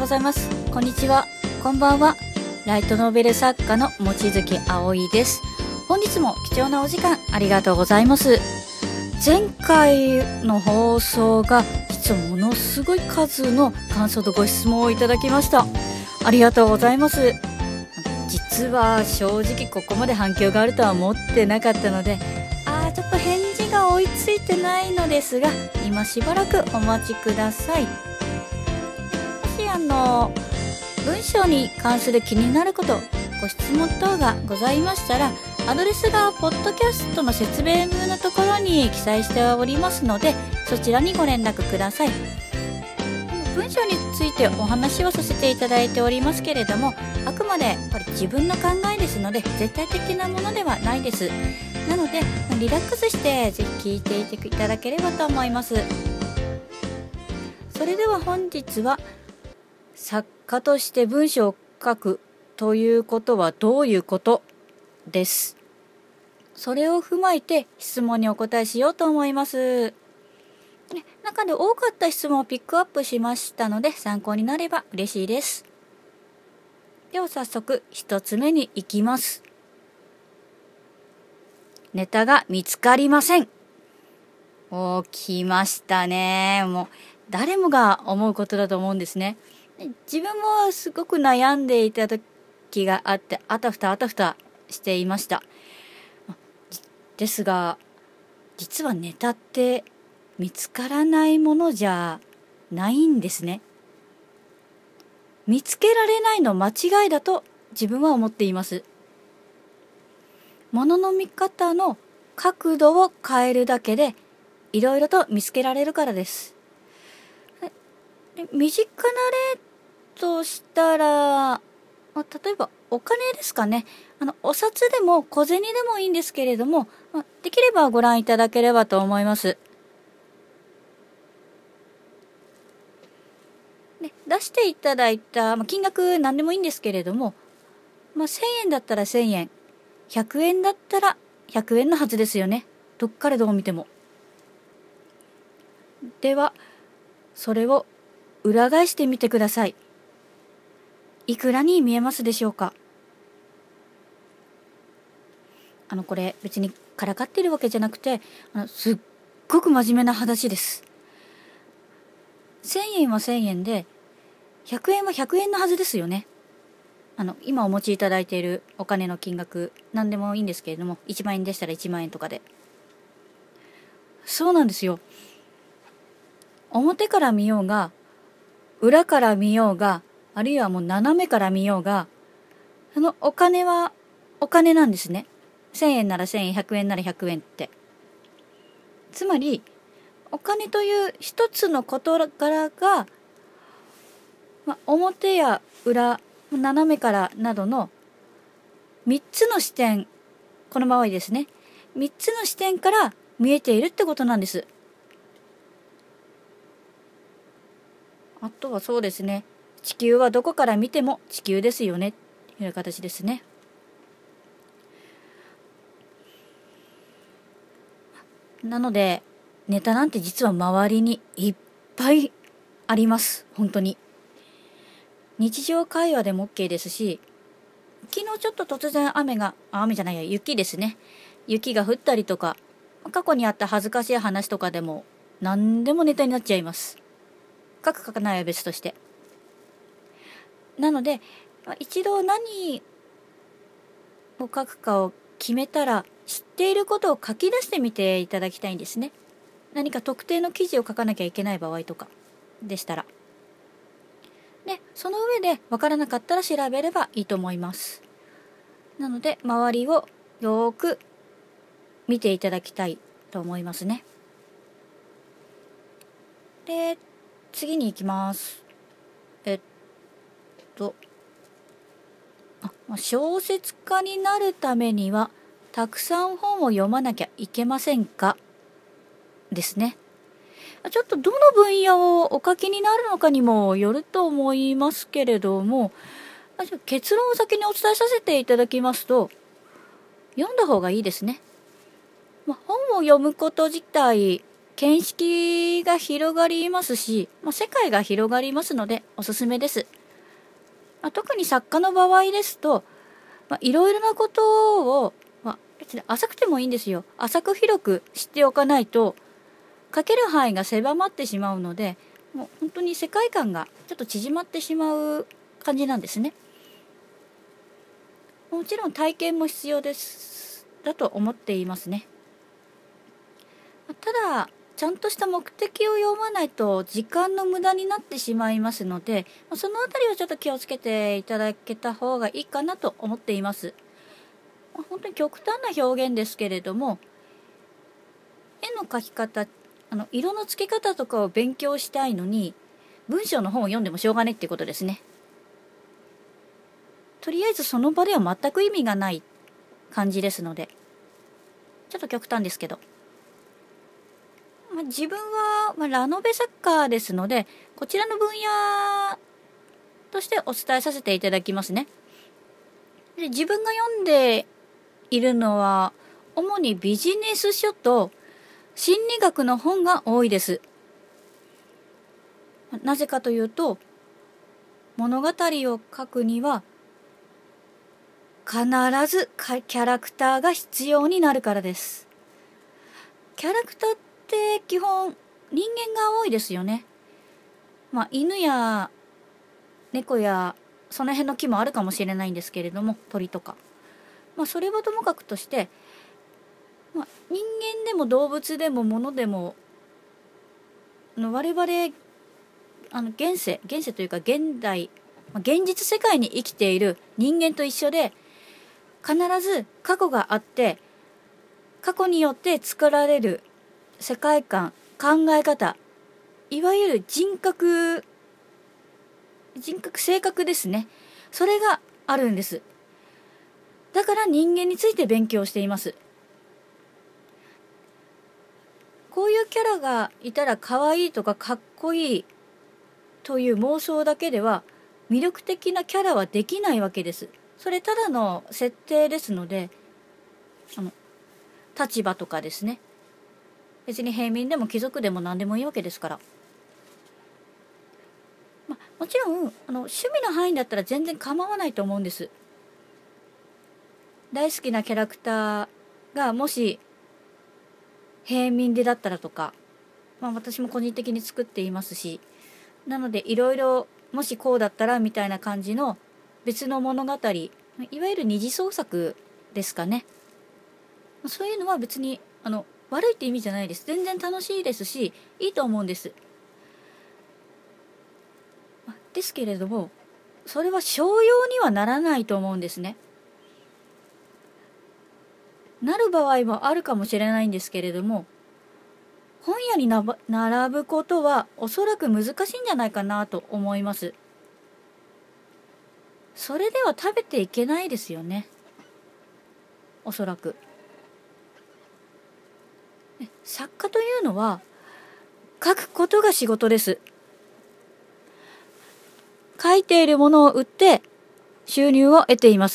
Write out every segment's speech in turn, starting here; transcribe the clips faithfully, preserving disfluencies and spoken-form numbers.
ございます。こんにちは。こんばんは。ライトノベル作家の望月葵です。本日も貴重なお時間ありがとうございます。前回の放送が実はものすごい数の感想とご質問をいただきました。ありがとうございます。実は正直ここまで反響があるとは思ってなかったので、あーちょっと返事が追いついてないのですが、今しばらくお待ちください。もしあの文章に関する気になること、ご質問等がございましたら、アドレスがポッドキャストの説明文のところに記載しておりますので、そちらにご連絡ください。文章についてお話をさせていただいておりますけれども、あくまでこれ自分の考えですので絶対的なものではないです。なのでリラックスしてぜひ聞いていていただければと思います。それでは本日は、作家として文章を書くということはどういうことです。それを踏まえて質問にお答えしようと思います。中で多かった質問をピックアップしましたので、参考になれば嬉しいです。では早速一つ目に行きます。ネタが見つかりません。おー、来ましたね。もう誰もが思うことだと思うんですね。自分もすごく悩んでいた時があって、あたふたあたふたしていました。ですが、実はネタって見つからないものじゃないんですね。見つけられないの間違いだと自分は思っています。物の見方の角度を変えるだけでいろいろと見つけられるからです。身近な例としたら、例えばお金ですかね。あのお札でも小銭でもいいんですけれども、できればご覧いただければと思います。で出していただいた、まあ、金額何でもいいんですけれども、まあ、せんえんだったらせんえん、ひゃくえんだったらひゃくえんのはずですよね。どっからどう見ても。ではそれを裏返してみてください。いくらに見えますでしょうか。あのこれ別にからかってるわけじゃなくて、あのすっごく真面目な話です。せんえんはせんえんで、ひゃくえんはひゃくえんのはずですよね。あの今お持ちいただいているお金の金額、何でもいいんですけれども、いちまんえんでしたらいちまんえんとかで。そうなんですよ。表から見ようが、裏から見ようが、あるいはもう斜めから見ようが、そのお金はお金なんですね。せんえんならせんえん、ひゃくえんならひゃくえんって。つまりお金という一つの事柄が、まあ、表や裏、斜めからなどのみっつの視点、この場合ですね、みっつの視点から見えているってことなんです。あとはそうですね、地球はどこから見ても地球ですよねという形ですね。なのでネタなんて実は周りにいっぱいあります。本当に日常会話でも OK ですし、昨日ちょっと突然雨が雨じゃないや雪ですね、雪が降ったりとか、過去にあった恥ずかしい話とかでも何でもネタになっちゃいます。書く書かないは別として。なので一度何を書くかを決めたら、知っていることを書き出してみていただきたいんですね。何か特定の記事を書かなきゃいけない場合とかでしたら。でその上で分からなかったら調べればいいと思います。なので周りをよーく見ていただきたいと思いますね。で次に行きます。えっとあ小説家になるためにはたくさん本を読まなきゃいけませんかですね。ちょっとどの分野をお書きになるのかにもよると思いますけれども、結論を先にお伝えさせていただきますと、読んだ方がいいですね。まあ、本を読むこと自体見識が広がりますし、まあ、世界が広がりますのでおすすめです。 まあ、特に作家の場合ですと、まあ、いろいろなことを、まあ、別に浅くてもいいんですよ。浅く広く知っておかないと書ける範囲が狭まってしまうので、もう本当に世界観がちょっと縮まってしまう感じなんですね。もちろん体験も必要ですだと思っていますね。ただちゃんとした目的を読まないと時間の無駄になってしまいますので、そのあたりはちょっと気をつけていただけた方がいいかなと思っています。本当に極端な表現ですけれども、絵の描き方、あの色の付け方とかを勉強したいのに文章の本を読んでもしょうがないっていうことですね。とりあえずその場では全く意味がない感じですので、ちょっと極端ですけど、まあ、自分は、まあ、ラノベ作家ですので、こちらの分野としてお伝えさせていただきますね。で、自分が読んでいるのは主にビジネス書と心理学の本が多いです。なぜかというと、物語を書くには必ずキャラクターが必要になるからです。キャラクターって基本人間が多いですよね。まあ犬や猫やその辺の木もあるかもしれないんですけれども、鳥とか、まあそれはともかくとして、まあ、人間でも動物でも物でも我々あの現世現世というか現代、現実世界に生きている人間と一緒で、必ず過去があって、過去によって作られる世界観、考え方、いわゆる人格人格性格ですね、それがあるんです。だから人間について勉強しています。こういうキャラがいたら可愛いとかかっこいいという妄想だけでは魅力的なキャラはできないわけです。それただの設定ですので、あの立場とかですね、別に平民でも貴族でも何でもいいわけですから、まあ、もちろんあの趣味の範囲だったら全然構わないと思うんです。大好きなキャラクターがもし平民でだったらとか、まあ、私も個人的に作っていますし、なのでいろいろもしこうだったらみたいな感じの別の物語、いわゆる二次創作ですかね。そういうのは別にあの悪いって意味じゃないです。全然楽しいですし、いいと思うんです。ですけれども、それは商用にはならないと思うんですね。なる場合もあるかもしれないんですけれども、本屋になば並ぶことはおそらく難しいんじゃないかなと思います。それでは食べていけないですよね、おそらく。作家というのは書くことが仕事です。書いているものを売って収入を得ています。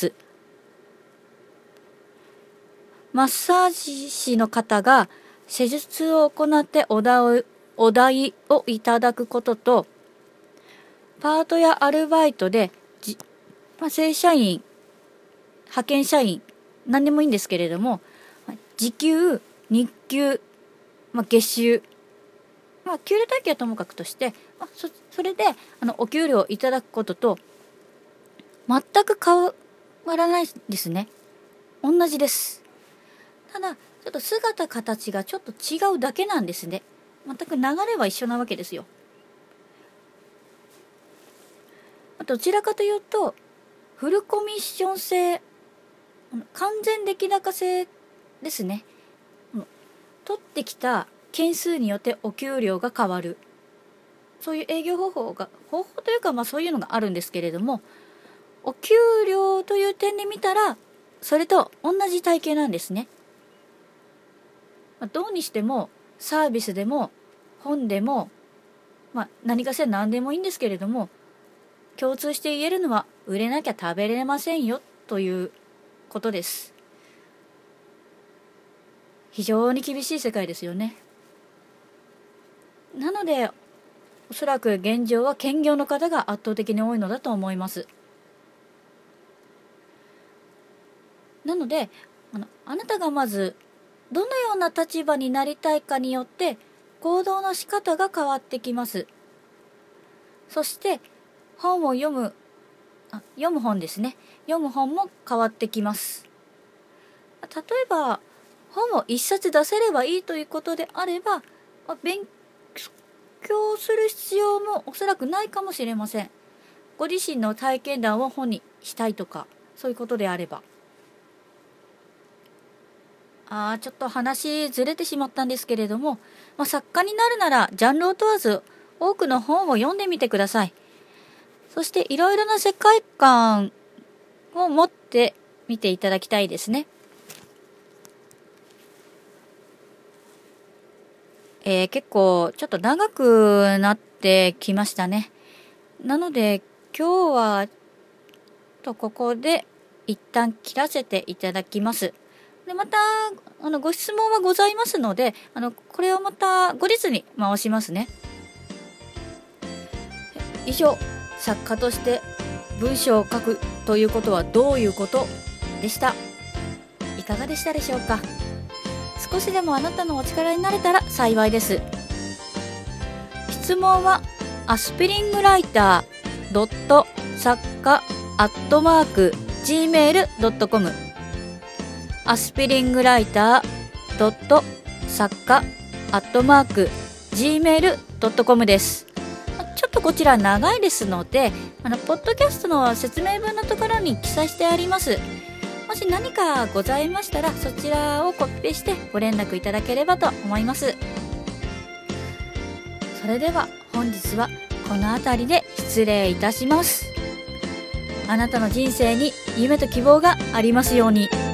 マッサージ師の方が施術を行ってお題を、お題をいただくことと、パートやアルバイトでじ、まあ、正社員、派遣社員、何でもいいんですけれども、時給、日給、まあ、月収、まあ、給料体系はともかくとして、まあ、そ, それであのお給料をいただくことと全く変わらないですね。同じです。ただちょっと姿形がちょっと違うだけなんですね。全く流れは一緒なわけですよ。どちらかというとフルコミッション制、完全出来高制ですね。取ってきた件数によってお給料が変わる、そういう営業方法が方法というか、まあそういうのがあるんですけれども、お給料という点で見たらそれと同じ体系なんですね。どうにしてもサービスでも本でも、まあ、何かしら何でもいいんですけれども、共通して言えるのは売れなきゃ食べれませんよということです。非常に厳しい世界ですよね。なのでおそらく現状は兼業の方が圧倒的に多いのだと思います。 なのであのあなたがまずどのような立場になりたいかによって行動の仕方が変わってきます。そして本を読むあ読む本ですね読む本も変わってきます。例えば本を一冊出せればいいということであれば、勉強する必要もおそらくないかもしれません。ご自身の体験談を本にしたいとかそういうことであれば。あーちょっと話ずれてしまったんですけれども、まあ、作家になるならジャンルを問わず多くの本を読んでみてください。そしていろいろな世界観を持って見ていただきたいですね。えー、結構ちょっと長くなってきましたね。なので今日はとここで一旦切らせていただきます。でまたあのご質問はございますので、あのこれをまた後日に回しますね。以上、作家として文章を書くということはどういうことでした。いかがでしたでしょうか。少しでもあなたのお力になれたら幸いです。質問はアスピリングライタードット作家アットマーク ジーメールドットコム アスピリングライタードット作家アットマーク ジーメールドットコム です。ちょっとこちら長いですので、あのポッドキャストの説明文のところに記載してあります。もし何かございましたらそちらをコピペしてご連絡いただければと思います。それでは本日はこの辺りで失礼いたします。あなたの人生に夢と希望がありますように。